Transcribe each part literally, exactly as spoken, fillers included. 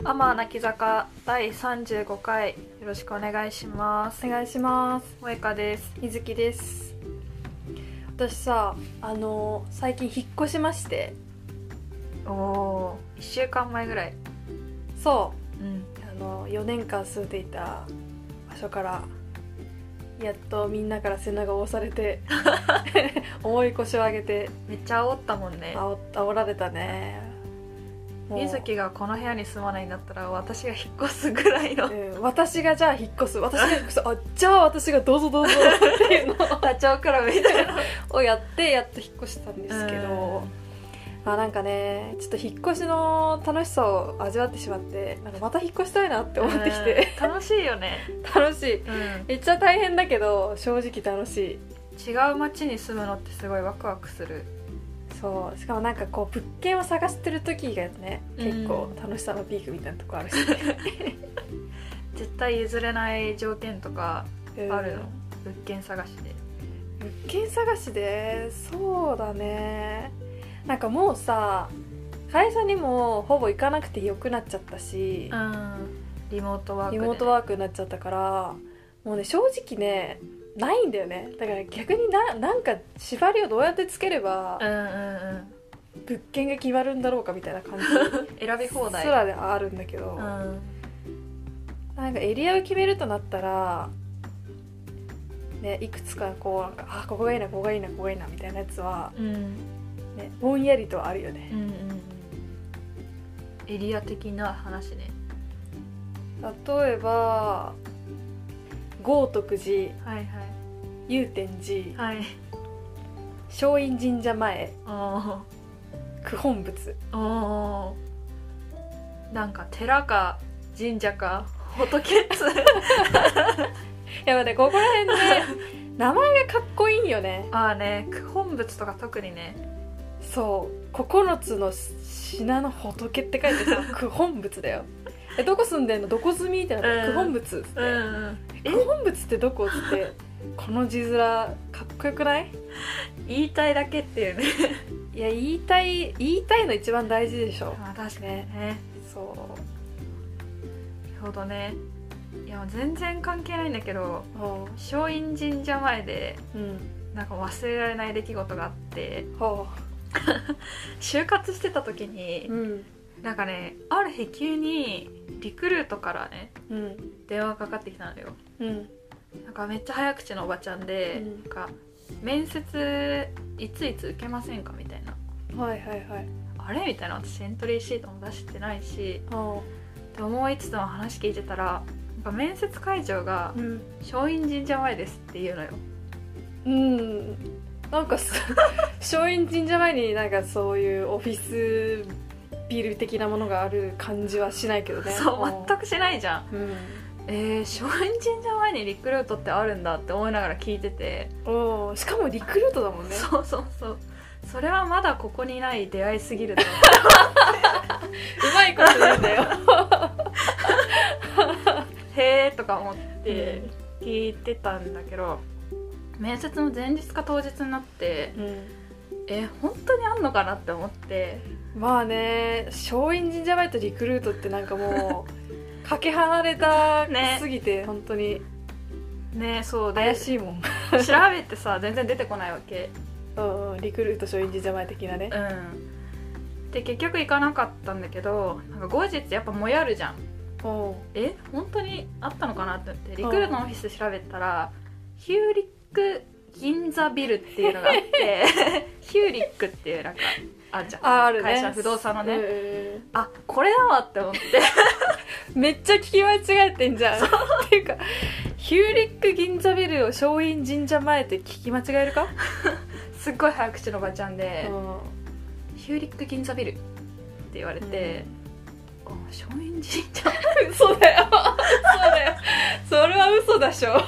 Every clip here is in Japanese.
アマ泣き坂だいさんじゅうごかい、よろしくお願いします。 お願いします。 萌香です。 みずきです。私さ、あの最近引っ越しまして。 おお、いっしゅうかんまえぐらい。 そう、 うん、 あのよねんかん住んでいた場所からやっとみんなから背中を押されて重い腰を上げて。 めっちゃ煽ったもんね。 あお煽られたね。 みずきがこの部屋に住まないんだったら私が引っ越すぐらいの、 うん、私がじゃあ引っ越す私が引っ越すあじゃあ私がどうぞどうぞっていうのダチョウ倶楽部みたいなをやってやっと引っ越したんですけど、まあなんかねちょっと引っ越しの楽しさを味わってしまって、なんかまた引っ越したいなって思ってきて、 楽しいよね。 楽しい、 うん、 めっちゃ大変だけど正直楽しい。 違う街に住むのってすごいワクワクする。 そう、しかもなんかこう物件を探してる時がね結構楽しさのピークみたいなとこあるし、ね、 絶対譲れない条件とかあるの、うん、物件探しで。 物件探しでそうだね、なんかもうさ会社にもほぼ行かなくてよくなっちゃったし、 うん、リモートワークで、ね、 リモートワークになっちゃったからもうね正直ねないんだよね。だから逆に な, なんか縛りをどうやってつければ物件が決まるんだろうかみたいな感じ選び放題すらであるんだけど、うん、なんかエリアを決めるとなったら、ね、いくつかこうなんかあここがいいなここがいいなここがいいなみたいなやつは、うんね、ぼんやりとあるよね、うんうんうん、 エリア的な話ね。 例えば豪徳寺、 はいはい、 祐天寺、 はい、 松陰神社前、九本仏。 おなんか寺か神社か仏っつやばね、ここら辺ね名前がかっこいいよね。 ああね、九本仏とか特にね。 そうここのつの品の仏って書いてさ九本仏だよ。えどこ住んでんのどこ住みってなって、うん、九本仏っつって、うんうん、九本仏ってどこっつってこの字面かっこよくない？ 言いたいだけっていうねいや言いたい言いたいの一番大事でしょ。 まあ確かにね。 そうなるほどね。いや全然関係ないんだけど、松陰神社前で、うん、なんか忘れられない出来事があって、はあ、就活してた時に、うん、なんかねある日急にリクルートからね、うん、電話かかってきたのよ、うん、なんかめっちゃ早口のおばちゃんで、うん、なんか面接いついつ受けませんかみたいな。 はいはいはい。 あれみたいな、私エントリーシートも出してないしって思いつつも話聞いてたら、なんか面接会場が松陰神社前ですっていうのよ。 うん、なんか松陰神社前になんかそういうオフィスビル的なものがある感じはしないけどね。 そう全くしないじゃん、うん、えー、松陰神社前にリクルートってあるんだって思いながら聞いてて、 おしかもリクルートだもんね。 そうそうそう、それはまだここにない出会いすぎると思うまいこと言うんだよへーとか思って聞いてたんだけど、うん、面接の前日か当日になって、うん、え本当にあんのかなって思って。 まあね、松陰神社前とリクルートってなんかもうかけ離れたすぎて、ね、本当にね、そう怪しいもん調べてさ全然出てこないわけ。 うんうん、リクルート松陰神社前的なね。 うんで結局行かなかったんだけど、なんか後日やっぱもやるじゃん。え本当にあったのかなって思ってリクルートのオフィスで調べたらヒューリック銀座ビルっていうのがあってヒューリックっていうなんかあるじゃん、 ああるね、 会社不動産のね、うん、あこれだわって思ってめっちゃ聞き間違えてんじゃんっていうかヒューリック銀座ビルを松陰神社前って聞き間違えるかすっごい早口のおばちゃんで、うん、ヒューリック銀座ビルって言われて、うん、松陰神社嘘だよそうだよそれは嘘だしょ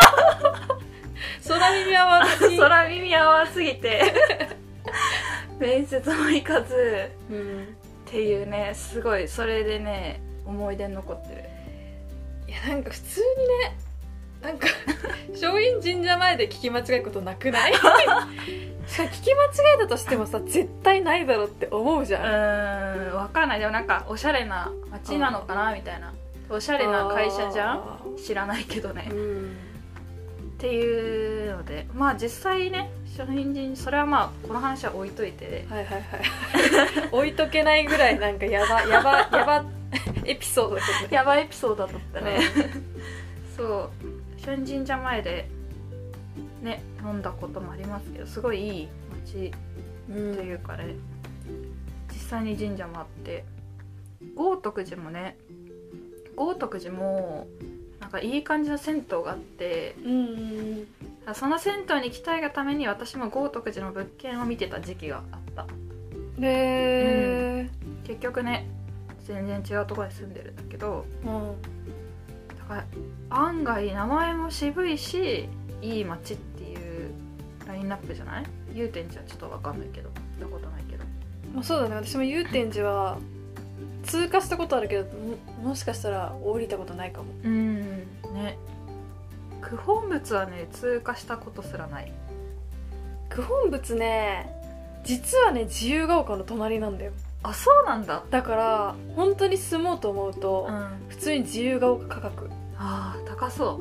空耳合わすぎ空耳合わすぎて面接も行かず、うん、っていうね、すごいそれでね思い出に残ってる。 いやなんか普通にねなんか松陰神社前で聞き間違えることなくない聞き間違えたとしてもさ絶対ないだろって思うじゃん。 うーん、わかんない。でもなんかおしゃれな街なのかなみたいな、おしゃれな会社じゃん、知らないけどね、うん、っていうので、まあ実際ね松陰神それはまあこの話は置いといて、 はいはいはい置いとけないぐらいなんかやばやばやばエピソードだったね。 やばいエピソードだったねそう松陰神社前でね飲んだこともありますけど、すごいいい街というかね、うん、実際に神社もあって、豪徳寺もね、豪徳寺もなんかいい感じの銭湯があって、うん、その銭湯に行きたいがために私も豪徳寺の物件を見てた時期があった。 へー、 うん、結局ね全然違うところに住んでるんだけど、うん、だから案外名前も渋いしいい街っていうラインナップじゃない？祐天寺はちょっと分かんないけど、行ったことないけど。 まあ、そうだね、私も祐天寺は通過したことあるけど も, もしかしたら降りたことないかも。 うんね、九品仏はね通過したことすらない。 九品仏ね実はね自由が丘の隣なんだよ。 あ、そうなんだ。 だから本当に住もうと思うと、うん、普通に自由が丘価格。 あー高そう。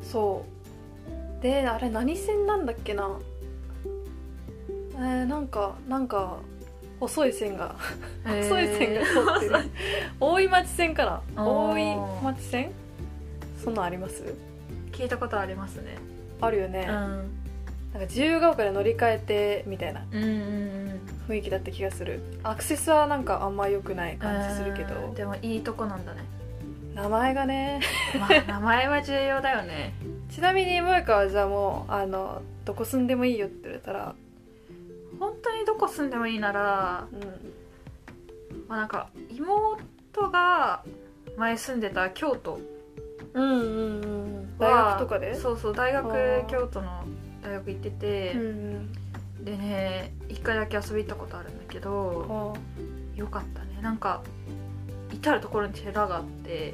そうで、あれ何線なんだっけな、えー、なんかなんか細い線が細い線が通ってる大井町線かな、大井町線、そんなんあります？ 聞いたことありますね。 あるよね、うん、なんか自由が丘で乗り換えてみたいな雰囲気だった気がする。アクセスはなんかあんま良くない感じするけど、 でもいいとこなんだね。 名前がねまあ名前は重要だよねちなみに萌香はじゃあもうあのどこ住んでもいいよって言われたら、 本当にどこ住んでもいいなら、うん、まあなんか妹が前住んでた京都、 うんうんうん、大学とかで？ そうそう、大学京都の大学行ってて、うんうん、でね一回だけ遊び行ったことあるんだけど、よかったね。なんか至る所に寺があって。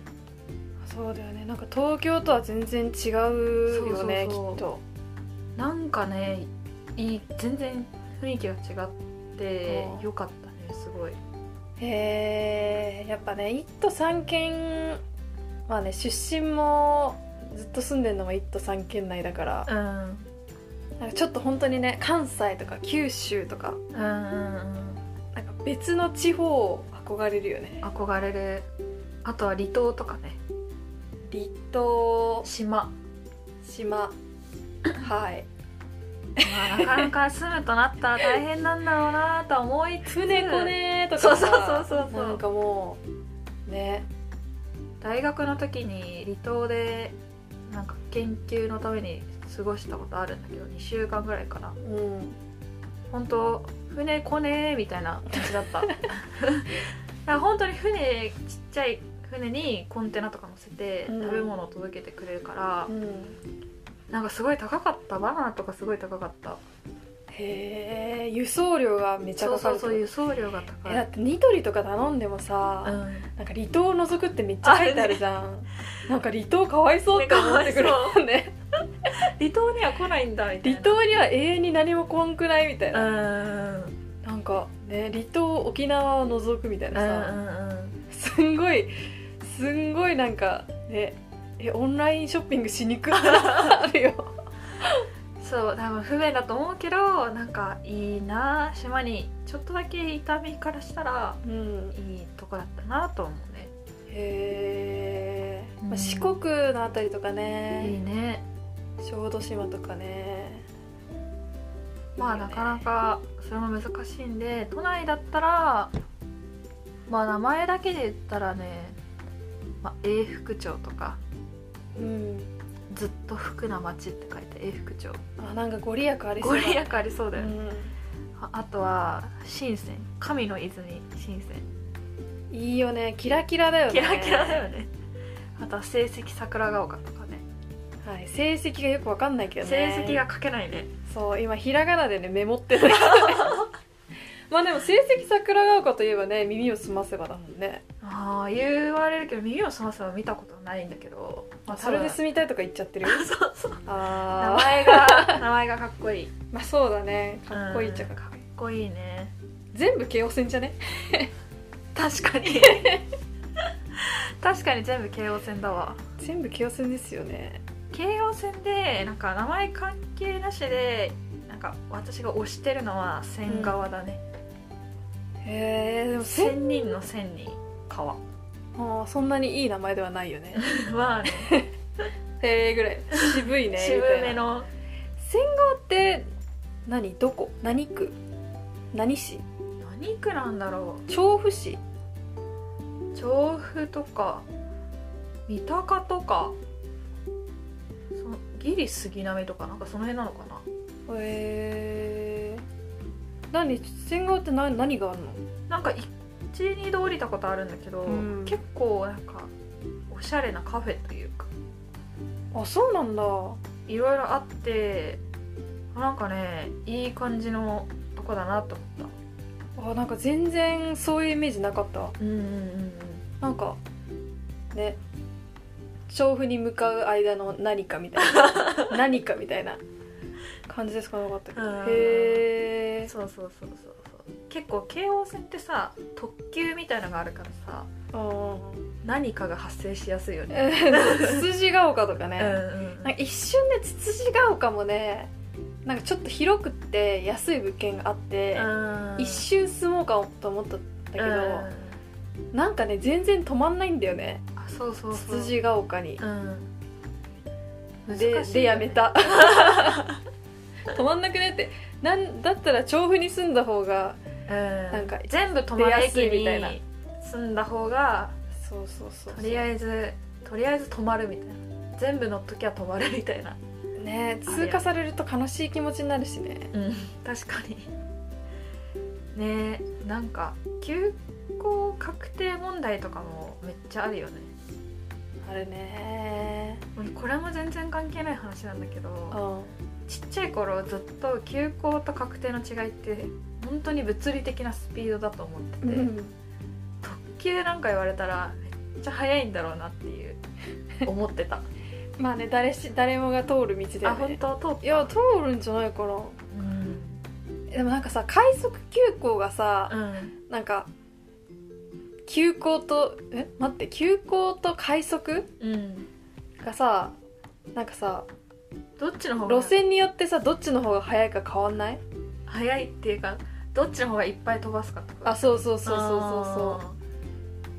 そうだよね、なんか東京とは全然違うよね。そうそうそう、きっとなんかねいい全然雰囲気が違ってよかったね、すごい。 へえ、やっぱね一都三県、まあね出身もずっと住んでるのも一都三県内だから、うん、なんかちょっと本当にね関西とか九州とか、うんうんうん、なんか別の地方憧れるよね。 憧れる。あとは離島とかね。 離島、 島島はい。 まあ、なかなか住むとなったら大変なんだろうなと思いつつ、 船子ねとかさ、そうそうそうそう、 なんかもうね、 大学の時に離島でなんか研究のために過ごしたことあるんだけど、にしゅうかんぐらいかな、うん、本当船来ねーみたいな感じだっただから本当に船、ちっちゃい船にコンテナとか乗せて食べ物を届けてくれるから、うんうん、なんかすごい高かった。バナナとかすごい高かった。 へえ、輸送量がめちゃかかる。 そうそうそう、輸送量が高い。 だってニトリとか頼んでもさ、うん、なんか離島を除くってめっちゃ書いてあるじゃん、ね、なんか離島かわいそうって思ってくるもんね離島には来ないんだみたいな。 離島には永遠に何も来んくないみたいな、うんなんかね、離島沖縄を除くみたいなさ、うんうんうん、すんごいすんごいなんかね、えオンラインショッピングしにくいなあるよそう、多分不便だと思うけど、なんかいいな、島にちょっとだけいた身からしたら、うん、いいとこだったなと思うね。 へえ、うん、まあ、四国のあたりとかね、 いいね、 小豆島とかね。 まあなかなかそれも難しいんで、都内だったらまあ名前だけで言ったらね、まあ、永福町とか、うん、ずっと福な町って書いて永福町。 あ、なんかご利益ありそうだ。 ご利益ありそうだよね、うん、あ, あとは深セン、神の泉深セン、 いいよね、キラキラだよね。 キラキラだよね。あとは成績桜ヶ丘とかね。 はい、成績がよくわかんないけどね。 成績が書けないね。 そう、今ひらがなでねメモってるまあでも成績桜ヶ丘といえばね、耳をすませばだもんね。 ああ言われるけど、耳をすませば見たことないんだけど、 まあ、それで住みたいとか言っちゃってるそうそう、 あ名前が名前がかっこいい。 まあそうだね、かっこいいっちゃかっこいい、 かっこいいね。 全部京王線じゃね確かに確かに全部京王線だわ。 全部京王線ですよね。 京王線でなんか名前関係なしでなんか私が推してるのは仙川だね、 うん、へえ、でも千人の千に川。 ああ、そんなにいい名前ではないよねまあねへえぐらい渋いね渋めの。 仙川って何、どこ、何区、何市、 何区なんだろう。 調布市、 調布とか三鷹とか、そのギリ杉並とかなんかその辺なのかな。 へえー、何、仙川って何、何があるの。 なんかいち、にど降りたことあるんだけど、うん、結構なんかおしゃれなカフェというか。 あ、そうなんだ。 いろいろあってなんかね、いい感じのとこだなと思った。 あ、なんか全然そういうイメージなかった。 うんうんうんうん。 なんかね、調布に向かう間の何かみたいな何かみたいな感じでしかなかったけど、へえ。 そうそうそうそうそう。結構京王線ってさ、特急みたいなのがあるからさ、 あ、 何かが発生しやすいよねつつじが丘とかね、うんうん、なんか一瞬でつつじが丘もね、なんかちょっと広くって安い物件があって、うん、一瞬住もうかと思ったんだけど、うん、なんかね全然止まんないんだよね。 あ、そうそうそう、 つつじが丘に、 うん、 で、ね、でやめた止まんなくねって。なんだったら調布に住んだ方が、うん、なんか全部泊まる駅に住んだ方が、 そうそうそう、 とりあえずとりあえず泊まるみたいな、全部乗っときゃ泊まるみたいなね。通過されると悲しい気持ちになるしね。 うん、確かにね。なんか休校確定問題とかもめっちゃあるよね。 あるね。 これも全然関係ない話なんだけど、 うん、 ちっちゃい頃ずっと休校と確定の違いって本当に物理的なスピードだと思ってて、うん、特急なんか言われたらめっちゃ速いんだろうなっていう思ってたまあね、誰し誰もが通る道だよね。 あ、本当通った。 いや、通るんじゃないかな、うん、でもなんかさ、快速急行がさ、うん、なんか急行とえ待って急行と快速、うん、がさ、なんかさ、 どっちの方が路線によってさ、どっちの方が速いか変わんない？ 速いっていうか、どっちの方がいっぱい飛ばすかってこと。 あ、そうそうそうそうそうそう。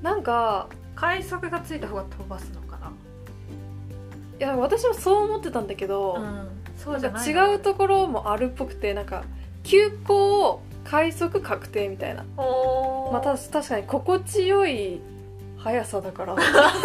なんか快速がついた方が飛ばすのかな。いや、私もそう思ってたんだけど、うん、そうじゃない、なんか違うところもあるっぽくて、なんか急行快速確定みたいな。まあ、た確かに心地よい速さだから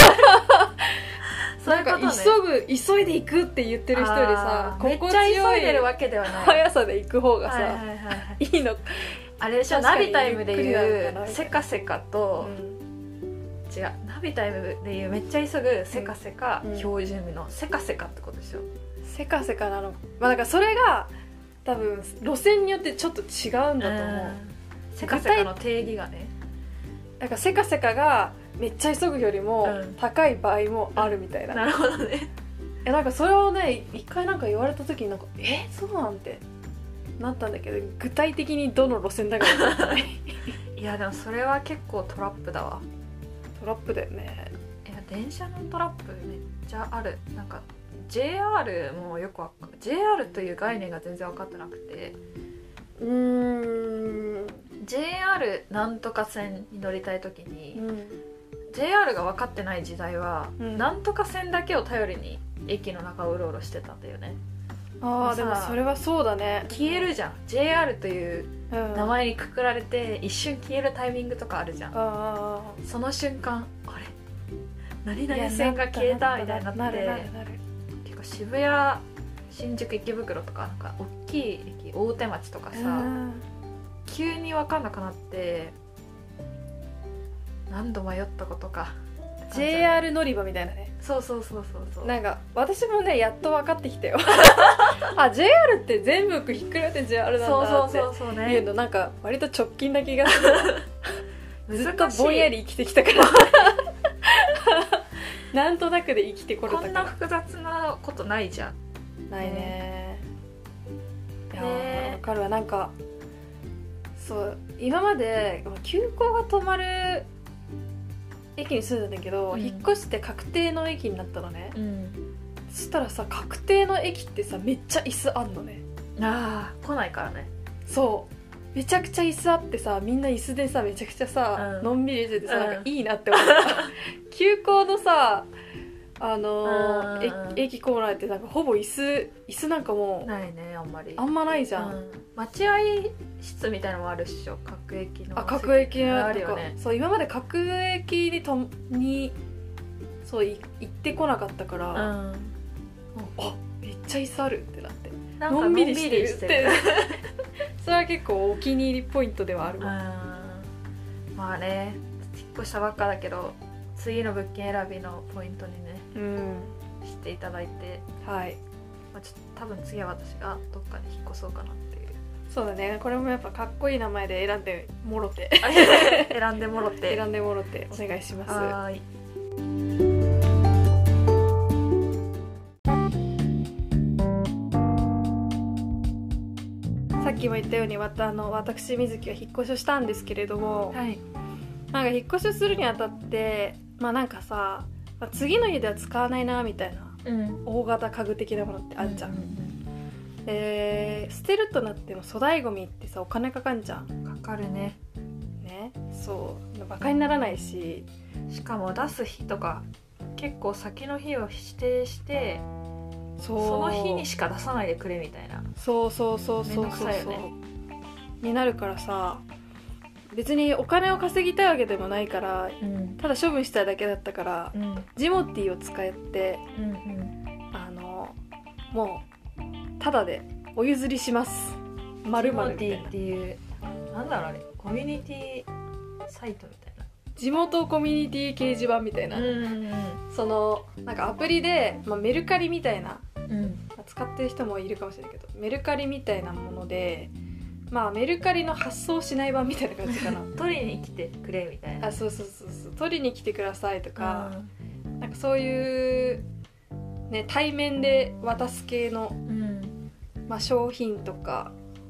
なんか急ぐ、急いで行くって言ってる人よりさ、 めっちゃ急いでるわけではない速さで行く方がさ、はいはいはい、いいの。 あれでしょ、ナビタイムでいうせかせかと、うん、違う、ナビタイムでいうめっちゃ急ぐせかせか、うん、標準日のせかせかってことでしょ。 せかせかなの、まあ、だからそれが多分路線によってちょっと違うんだと思う。 せかせかの定義がね、 だからせかせかがめっちゃ急ぐよりも高い場合もあるみたいな、 うん、なるほどね。 え、なんかそれをね、一回なんか言われた時になんかえそうなんてなったんだけど、具体的にどの路線だか分かんないいやでもそれは結構トラップだわ。 トラップだよね。 いや電車のトラップめっちゃある。なんか ジェイアール もよくわかる。 ジェイアール という概念が全然分かってなくて、 うーんジェイアール なんとか線に乗りたい時に、うん、ジェイアール が分かってない時代は、うん、なんとか線だけを頼りに駅の中をうろうろしてたんだよね。 ああ、でもそれはそうだね。 消えるじゃん、 ジェイアール という名前にくくられて一瞬消えるタイミングとかあるじゃん。あ、その瞬間、あれ何々線が消えたみたいになって、なるなるなる。結構渋谷、新宿、池袋とかなんか大きい駅、大手町とかさ、急に分かんなくなって何度迷ったことか。 ジェイアール 乗り場みたいなね。 そうそうそうそうそう。 なんか私もねやっと分かってきたよあ ジェイアール って全部ひっくるめて ジェイアール なんだってそうそうそうそうねいうのなんか割と直近な気がするずっとぼんやり生きてきたからなんとなくで生きてこれたからこんな複雑なことないじゃん。 ないね。いやねわかるわ。なんかそう今まで急行が止まる駅に住んだんだけど、うん、引っ越して確定の駅になったのね、うん、そしたらさ確定の駅ってさめっちゃ椅子あんのね。 ああ来ないからね。 そうめちゃくちゃ椅子あってさみんな椅子でさめちゃくちゃさ、うん、のんびりしててさ、うん、なんかいいなって思った急行のさあのー、駅構内ってなんかほぼ椅子椅子なんかもうないねあんまりあんまないじゃん、 うん、待合室みたいなのもあるっしょ各駅の。 あ各駅のあるよね。 そう今まで各駅にとにそうい行ってこなかったから、うん、あめっちゃ椅子あるってなってなんかのんびりしてるってそれは結構お気に入りポイントではあるわ。 まあね引っ越したばっかだけど次の物件選びのポイントにね、うん、していただいて、 はいまあ、ちょっと多分次は私がどっかに引っ越そうかなっていう。 そうだねこれもやっぱかっこいい名前で選んでもろて選んでもろて選んでもろてお願いします。 はい。 さっきも言ったようにわたあの私水木は引っ越しをしたんですけれども、 はい、 なんか引っ越しするにあたってまあなんかさ、まあ、次の家では使わないなみたいな、うん、大型家具的なものってあるじゃん、うんうんうん、で捨てるとなっても粗大ゴミってさお金かかんじゃん。 かかるね。 ねそうバカにならないししかも出す日とか結構先の日を指定してそうその日にしか出さないでくれみたいな。 そうそうそうそうそうそう、ね、になるからさ別にお金を稼ぎたいわけでもないから、うん、ただ処分したいだけだったから、うん、ジモティーを使って、うんうん、あのもうただでお譲りします〇〇みたいな。 ジモティーっていうなんだろうあれコミュニティサイトみたいな地元コミュニティ掲示板みたいな、うんうんうん、そのなんかアプリで、まあ、メルカリみたいな、うんまあ、使ってる人もいるかもしれないけどメルカリみたいなものでまあメルカリの発送しない版みたいな感じかな取りに来てくれみたいな。 あそうそうそうそう取りに来てくださいとか、うん、なんかそういうね対面で渡す系の、うんまあ、商品とか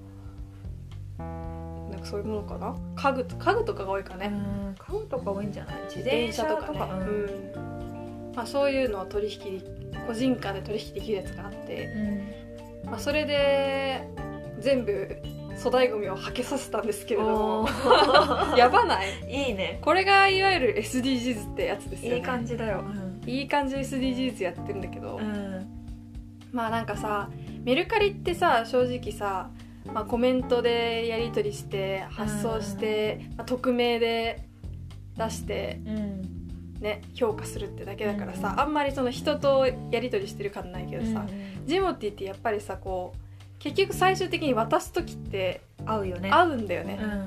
なんかそういうものかな。家具と家具とかが多いかね。 うん家具とか多いんじゃない。自転車とかね、 うんまあ、そういうのは取引個人間で取引できるやつがあって、うんまあ、それで全部粗大ゴミをはけさせたんですけれどもやばない？ いいね。 これがいわゆる エスディージーズ ってやつですよね。 いい感じだよ、 うん、いい感じ エスディージーズ やってるんだけど、うん、まあなんかさメルカリってさ正直さ、まあ、コメントでやり取りして発送して、うんまあ、匿名で出して、うんね、評価するってだけだからさ、うん、あんまりその人とやり取りしてる感ないけどさ、うん、ジモティってやっぱりさこう結局最終的に渡す時って合うよね。 合うんだよね、うん、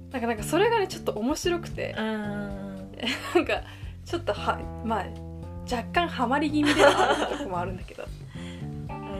なんかなんかそれがねちょっと面白くて、うん、なんかちょっとはまあ若干ハマり気味ではあるとこもあるんだけどはい、はい、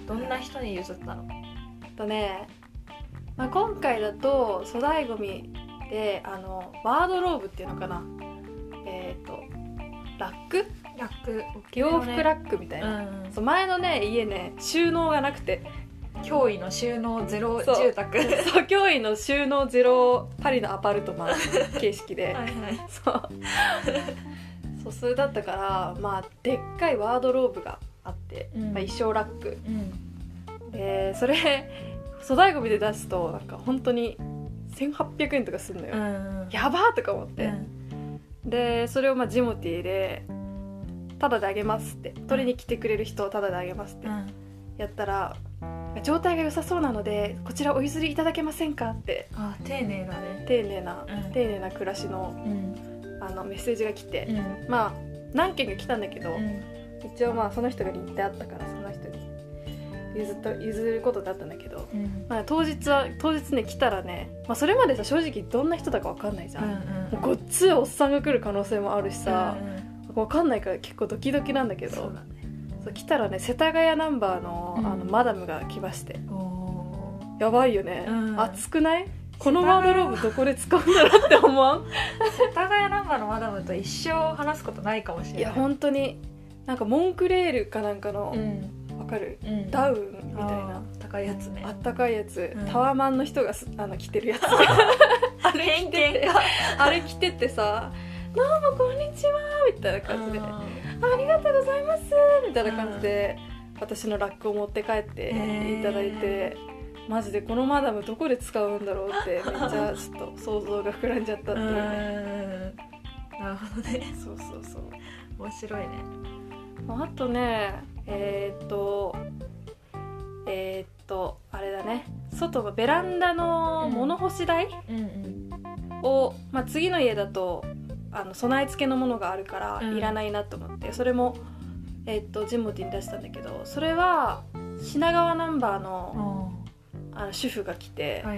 どんな人に譲ったの？ とね、まあ、今回だと粗大ゴミであのワードローブっていうのかなえっ、ー、とラックラック、 洋服ラックみたいな、うん、そう前のね家ね収納がなくて驚異の収納ゼロ住宅そうそう驚異の収納ゼロパリのアパルトマン形式ではい、はい、そうそうそれだったからまあでっかいワードローブがあって、うんまあ、衣装ラック、うん、でそれ粗大ゴミで出すとなんか本当にせんはっぴゃくえんとかするのよ、うん、やばーとか思って、うん、でそれをまあジモティーでタダであげますって取りに来てくれる人をタダであげますってやったら、うん、状態が良さそうなのでこちらお譲りいただけませんかって。 あ丁寧だね。 丁寧な、うん、丁寧な暮らしの、うん、あのメッセージが来て、うん、まあ何件か来たんだけど、うん、一応まあその人が日程あったからその人に譲っと譲ることだったんだけど、うんまあ、当日は当日ね来たらね、まあ、それまでさ正直どんな人だか分かんないじゃん、うんうん、もうごっついおっさんが来る可能性もあるしさ、うんうん、分かんないから結構ドキドキなんだけどそうだね、 そう来たらね世田谷ナンバー の,、うん、あのマダムが来まして、おやばいよね、うん、熱くない？このワードローブどこで使うんだろうって思わん？ 世田谷ナンバーのマダムと一生話すことないかもしれない。 いや本当になんかモンクレールかなんかの、うん、わかる、うん、ダウンみたいな高いやつね、 あったかいやつ、うん、タワマンの人があの着てるやつあれ着ててあれ着ててさどうもこんにちはみたいな感じで、ありがとうございますみたいな感じで私のラックを持って帰っていただいて、マジでこのマダムどこで使うんだろうってめっちゃちょっと想像が膨らんじゃったっていうね。 なるほどね。 そうそうそう、 面白いね。 あとねえー、っとえー、っとあれだね、外のベランダの物干し台、うんうんうん、を、まあ、次の家だとあの備え付けのものがあるからいらないなと思って、うん、それも、えー、っとジモティーに出したんだけど、それは品川ナンバー の,、うん、あの主婦が来て、はいはい、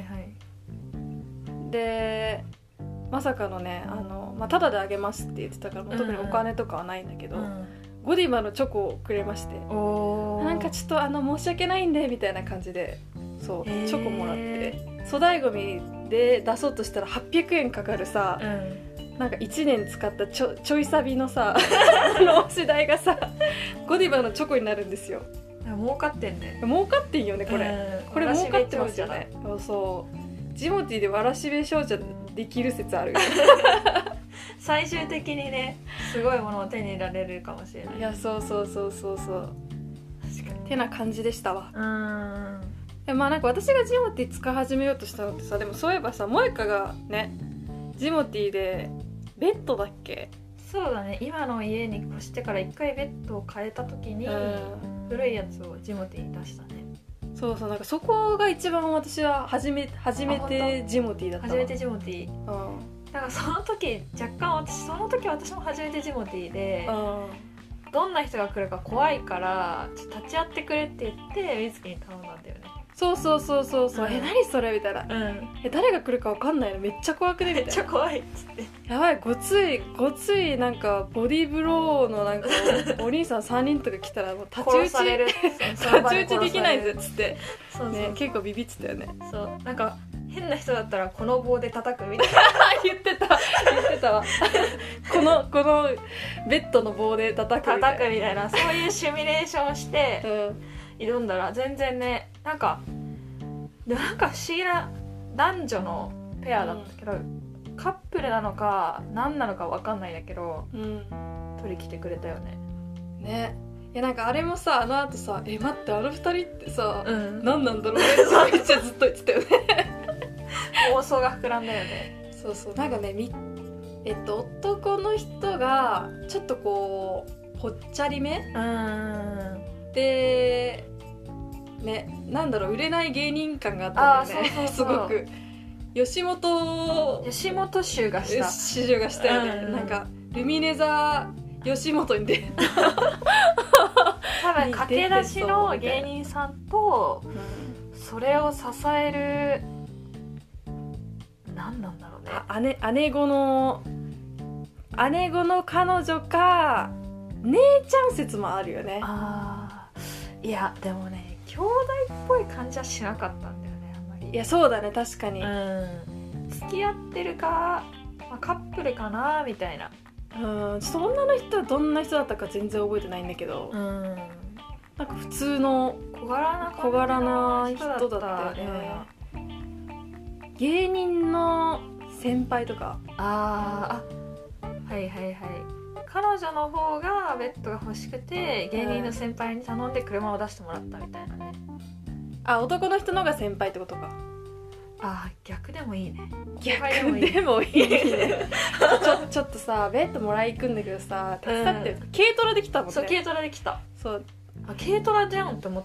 でまさかのねあの、まあ、タダであげますって言ってたから、もう特にお金とかはないんだけど、うんうん、ゴディバのチョコをくれまして、おなんかちょっとあの申し訳ないんでみたいな感じで、そうチョコもらって粗大ごみで出そうとしたらはっぴゃくえんかかるさ、うん、なんかいちねん使ったちょちょいサビのさの押し代がさゴディバのチョコになるんですよ。 儲かってんね。 儲かってんよねこれ、うん、これ儲かってますよね。そうそうジモティーでわらしべ少女できる説あるよ最終的にねすごいものを手に入れられるかもしれない。 いやそうそうそうそうそう確かにてな感じでしたわ。うーんでまあなんか私がジモティー使い始めようとしたのってさ、でもそういえばさ萌香がねジモティーでベッドだっけ。 そうだね、今の家に越してから一回ベッドを変えた時に古いやつをジモティーに出したね。 そうそうなんかそこが一番私は初め初めてジモティーだった初めてジモティー、うん、だからその時若干私その時私も初めてジモティーで、うん、どんな人が来るか怖いからちょっと立ち会ってくれって言って美月に頼んだんだよね。 そうそうそうそうそう、うん、え何それみたいな、うん、え誰が来るか分かんないのめっちゃ怖くねみたいな。 めっちゃ怖いっつってやばいごついごついなんかボディーブローのなんかお兄さんさんにんとか来たらもう太刀打ち殺される太刀打ちできないぜっつってそうそう、ね、結構ビビってたよね。 そうなんか変な人だったらこの棒で叩くみたいな言ってた言ってたわこのこのベッドの棒で叩くみたいな叩くみたいなそういうシミュレーションをして、うん、挑んだら全然ねなんかでなんか不思議な男女のペアだったけど、うん、カップルなのか何なのか分かんないんだけど、うん、取り来てくれたよね。 ねいやなんかあれもさあの後さえ待ってあの二人ってさ、うん、何なんだろうねってめっちゃずっと言ってたよね妄想が膨らんだよね。 そうそうなんかねみえっと男の人がちょっとこうぽっちゃりめうんでね、なんだろう売れない芸人感があったんだよね。そうそうそうすごく吉本吉本衆がした衆がしたよね、うん、なんかルミネ座吉本に出て多分駆け出しの芸人さんとそれを支える何なんだろうね姉、姉子の姉子の彼女か姉ちゃん説もあるよね。 あいやでもね兄弟っぽい感じはしなかったんだよねあんまり。 いやそうだね確かに、うん、付き合ってるか、まあ、カップルかなみたいな。 うんちょっと女の人はどんな人だったか全然覚えてないんだけど、うん、なんか普通の小柄な小柄な人だったよね。芸人の先輩とかああはいはいはい、彼女の方がベッドが欲しくて芸人の先輩に頼んで車を出してもらったみたいなね。 あ男の人の方が先輩ってことか。 あ逆でもいいね。 逆でもいいねちょ, ちょっとさベッドもらい行くんだけどさ手伝って、うん、軽トラで来たもんね。 そう軽トラで来た。 そうあ軽トラじゃんって思って。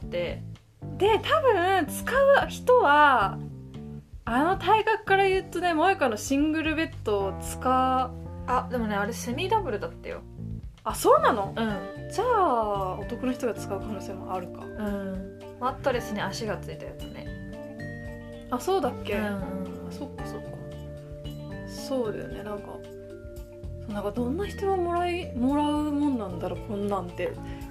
で多分使う人はあの体格から言うとね萌香のシングルベッドを使う。 あでもねあれセミダブルだったよ。 あそうなの。うんじゃあ男の人が使う可能性もあるか。うんマットレスに足がついたやつね。 あそうだっけ、うんうん、そっかそっかそうだよね。なんかなんかどんな人がもらいもらうもんなんだろうこんなんて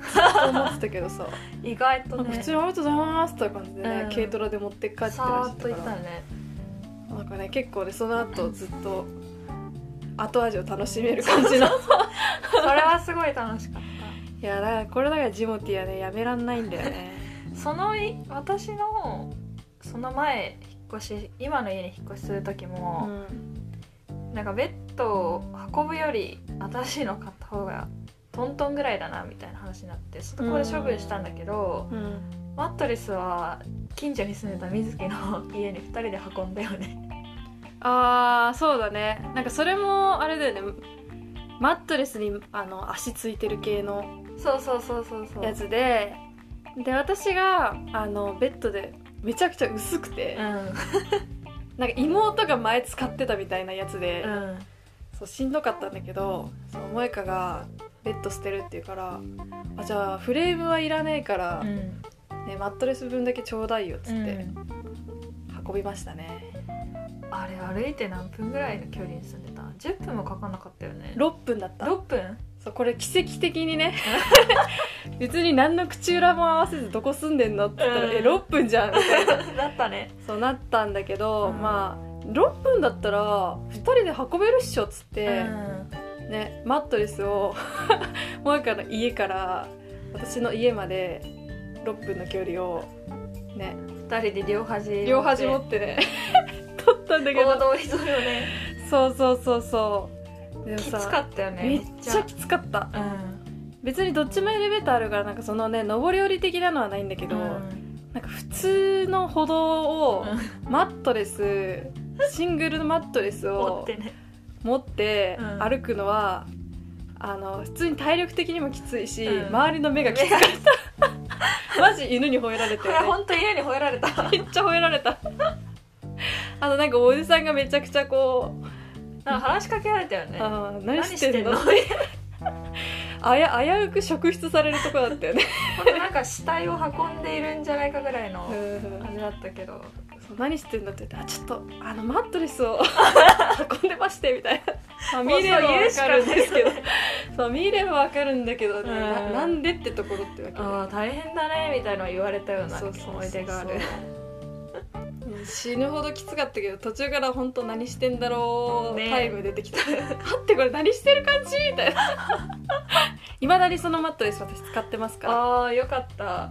ずっと思ってたけどさ意外とね普通にありがとうございますって感じでね、うん、軽トラで持って帰ってらっしゃったからさーっといたね。 なんかね結構ねその後ずっと後味を楽しめる感じのそれはすごい楽しかった。 いやだからこれだからジモティーはねやめらんないんだよねその私のその前引っ越し今の家に引っ越しする時も、うん、なんかベッドを運ぶより新しいの買った方がトントンぐらいだなみたいな話になってそこで処分したんだけど、うん、マットレスは近所に住んでた水木の家にふたりで運んだよね。 あーそうだね。なんかそれもあれだよね、マットレスにあの足ついてる系のそうそうそうそうそうやつでで私があのベッドでめちゃくちゃ薄くて、うん、なんか妹が前使ってたみたいなやつで、うん、そうしんどかったんだけどそう萌香がベッド捨てるって言うからあじゃあフレームはいらねえから、うんね、マットレス分だけちょうだいよっつって、うん、運びましたね。 あれ歩いて何分ぐらいの距離に住んでた？じゅっぷんもかかんなかったよね。 ろっぷんだった。 ろっぷん？ そうこれ奇跡的にね別に何の口裏も合わせずどこ住んでんのって言ったら、うん、えろっぷんじゃんみたいななったね。 そうなったんだけど、うん、まあろっぷんだったらふたりで運べるっしょっつって、うんね、マットレスを萌香の家から私の家までろっぷんの距離をねふたりで両端両端持ってね取ったんだけど大通り沿いをねそうそうそうそうでもさきつかったよね。 めっちゃきつかった、うん、別にどっちもエレベーターあるからなんかそのね上り下り的なのはないんだけど、うん、なんか普通の歩道をマットレスシングルのマットレスを持ってね持って歩くのは、うん、あの普通に体力的にもきついし、うん、周りの目がきつかったマジ犬に吠えられて、ね、 これ本当犬に吠えられためっちゃ吠えられたあとなんかおじさんがめちゃくちゃこうなんか話しかけられたよね。 あ何してんのあや危うく職質されるとこだったよねなんか死体を運んでいるんじゃないかぐらいの感じだったけどそう何してんのって言ってあちょっとあのマットレスを運んでましてみたいな、まあ、見ればわかるんですけどそう見ればわかるんだけどね、な, なんでってところってわけであ大変だねみたいなの言われたような思い出がある。 死ぬほどきつかったけど途中から本当何してんだろう、ね、タイム出てきた待ってこれ何してる感じみたいないまだにそのマットレス私使ってますからあーよかった。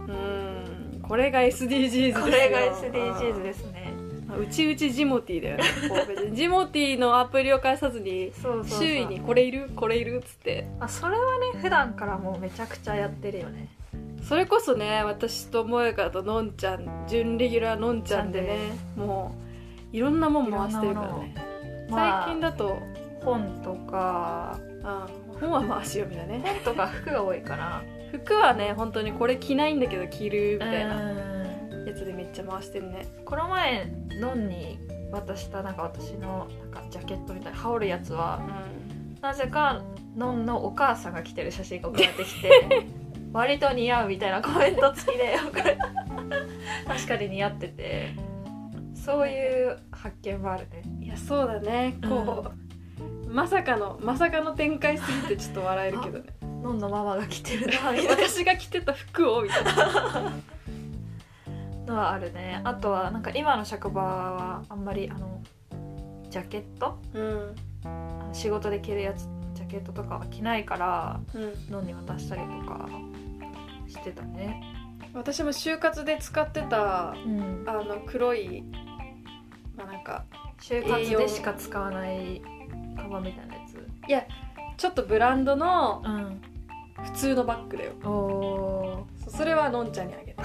うんこれが エスディージーズ ですよ。 これが エスディージーズ ですね。 うちうちジモティーだよねこう別にジモティーのアプリを返さずに周囲にこれいるこれいるっつってあそれはね普段からもうめちゃくちゃやってるよね。 それこそね私と萌香とのんちゃん準レギュラーのんちゃんでねもういろんなもん回してるからね、まあ、最近だと本とかあ本は回し読みだね。 本とか服が多いかな。 服はね本当にこれ着ないんだけど着るみたいなやつでめっちゃ回してるね。 この前のんに渡したなんか私のなんかジャケットみたいな羽織るやつは、うん、なぜかのんのお母さんが着てる写真が送られてきて割と似合うみたいなコメント付きで確かに似合っててそういう発見もあるね。 いやそうだねこう、うん、まさかのまさかの展開すぎてちょっと笑えるけどねのんのママが着てるな私が着てた服をみたいなのはあるね。あとはなんか今の職場はあんまりあのジャケット、うん、あの仕事で着るやつジャケットとかは着ないから、うん、のんに渡したりとかしてたね。 私も就活で使ってた、うん、あの黒い、まあ、なんか就活でしか使わないカバンみたいなやつ。 いやちょっとブランドの普通のバッグだよ、うん、おそれはのんちゃんにあげた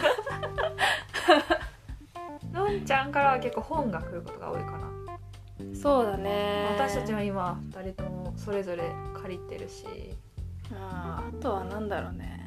のんちゃんからは結構本が来ることが多いかな。 そうだね。 私たちは今ふたりともそれぞれ借りてるしあ, あとはなんだろうね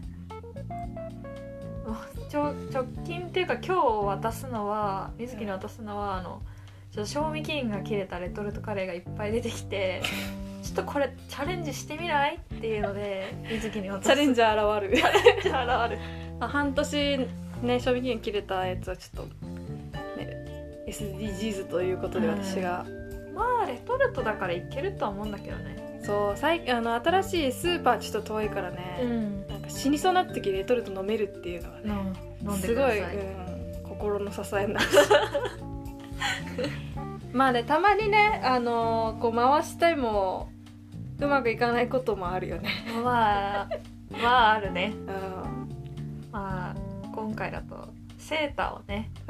ちょ直近っていうか今日渡すのは水木に渡すのはあのちょっと賞味期限が切れたレトルトカレーがいっぱい出てきてちょっとこれチャレンジしてみないっていうので水木に渡す。 チャレンジャー現るチャレンジャー現るあ半年ね賞味期限切れたやつはちょっと、ね、エスディージーズ ということで私が、 うん、まあレトルトだからいけるとは思うんだけどね。 そう最あの新しいスーパーちょっと遠いからね、うん、なんか死にそうなった時レトルト飲めるっていうのはね、 うん、飲んでください。 すごい、うん、心の支えになるまあね、たまにね、あのー、こう回したいもうまくいかないこともあるよねまあまああるね、 うん、 まあ今回だとセーターをね、うん、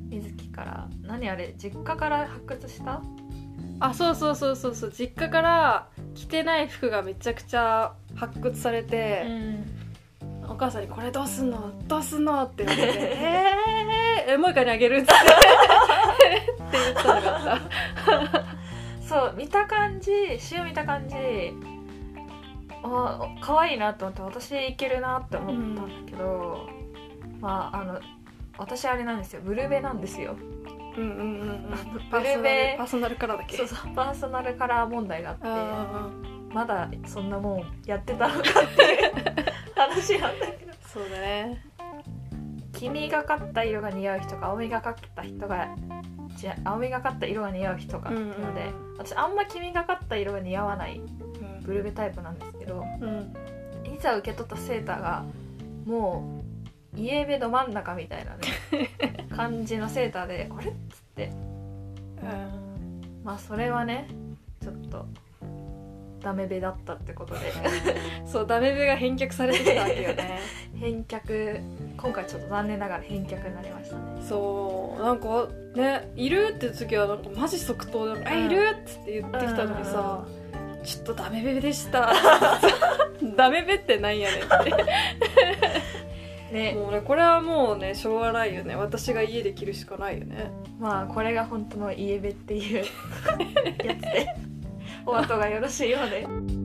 水木から何あれ実家から発掘した？ あ、そうそうそうそうそう、実家から着てない服がめちゃくちゃ発掘されて、うん、お母さんにこれどうすんのどうすんのって言われてえー、もう一回にあげるってって言ったのがあったそう見た感じ、塩見た感じ、あ可愛いなと思って私いけるなって思ったんだけど、うん、まああの私あれなんですよ、ブルベなんですよ。 うんうんうんうん、 ブルベパーソナルカラーだっけ？ そうそう、パーソナルカラー問題があって、まだそんなもんやってたのかっていう話なんだけど。 そうだね。 黄みがかった色が似合う人か青みがかった人がじゃ青みがかった色が似合う人かっていうので、うんうん、私あんま黄みがかった色が似合わないブルベタイプなんですけど、うん、いざ受け取ったセーターがもうイエベど真ん中みたいなね感じのセーターであれっつって、うん、まあそれはねちょっとダメベだったってことでそう、ダメベが返却されてきたわけよね返却、今回ちょっと残念ながら返却になりましたね。 そうなんかね、いるって時はなんかマジ即答で、うん、えいるっつって言ってきたのにさ、うん、ちょっとダメベでしたダメベってなんやねんってね、もうね、これはもうねしょうがないよね、私が家で着るしかないよね。 まあこれが本当のイエベっていうやつでお後がよろしいようで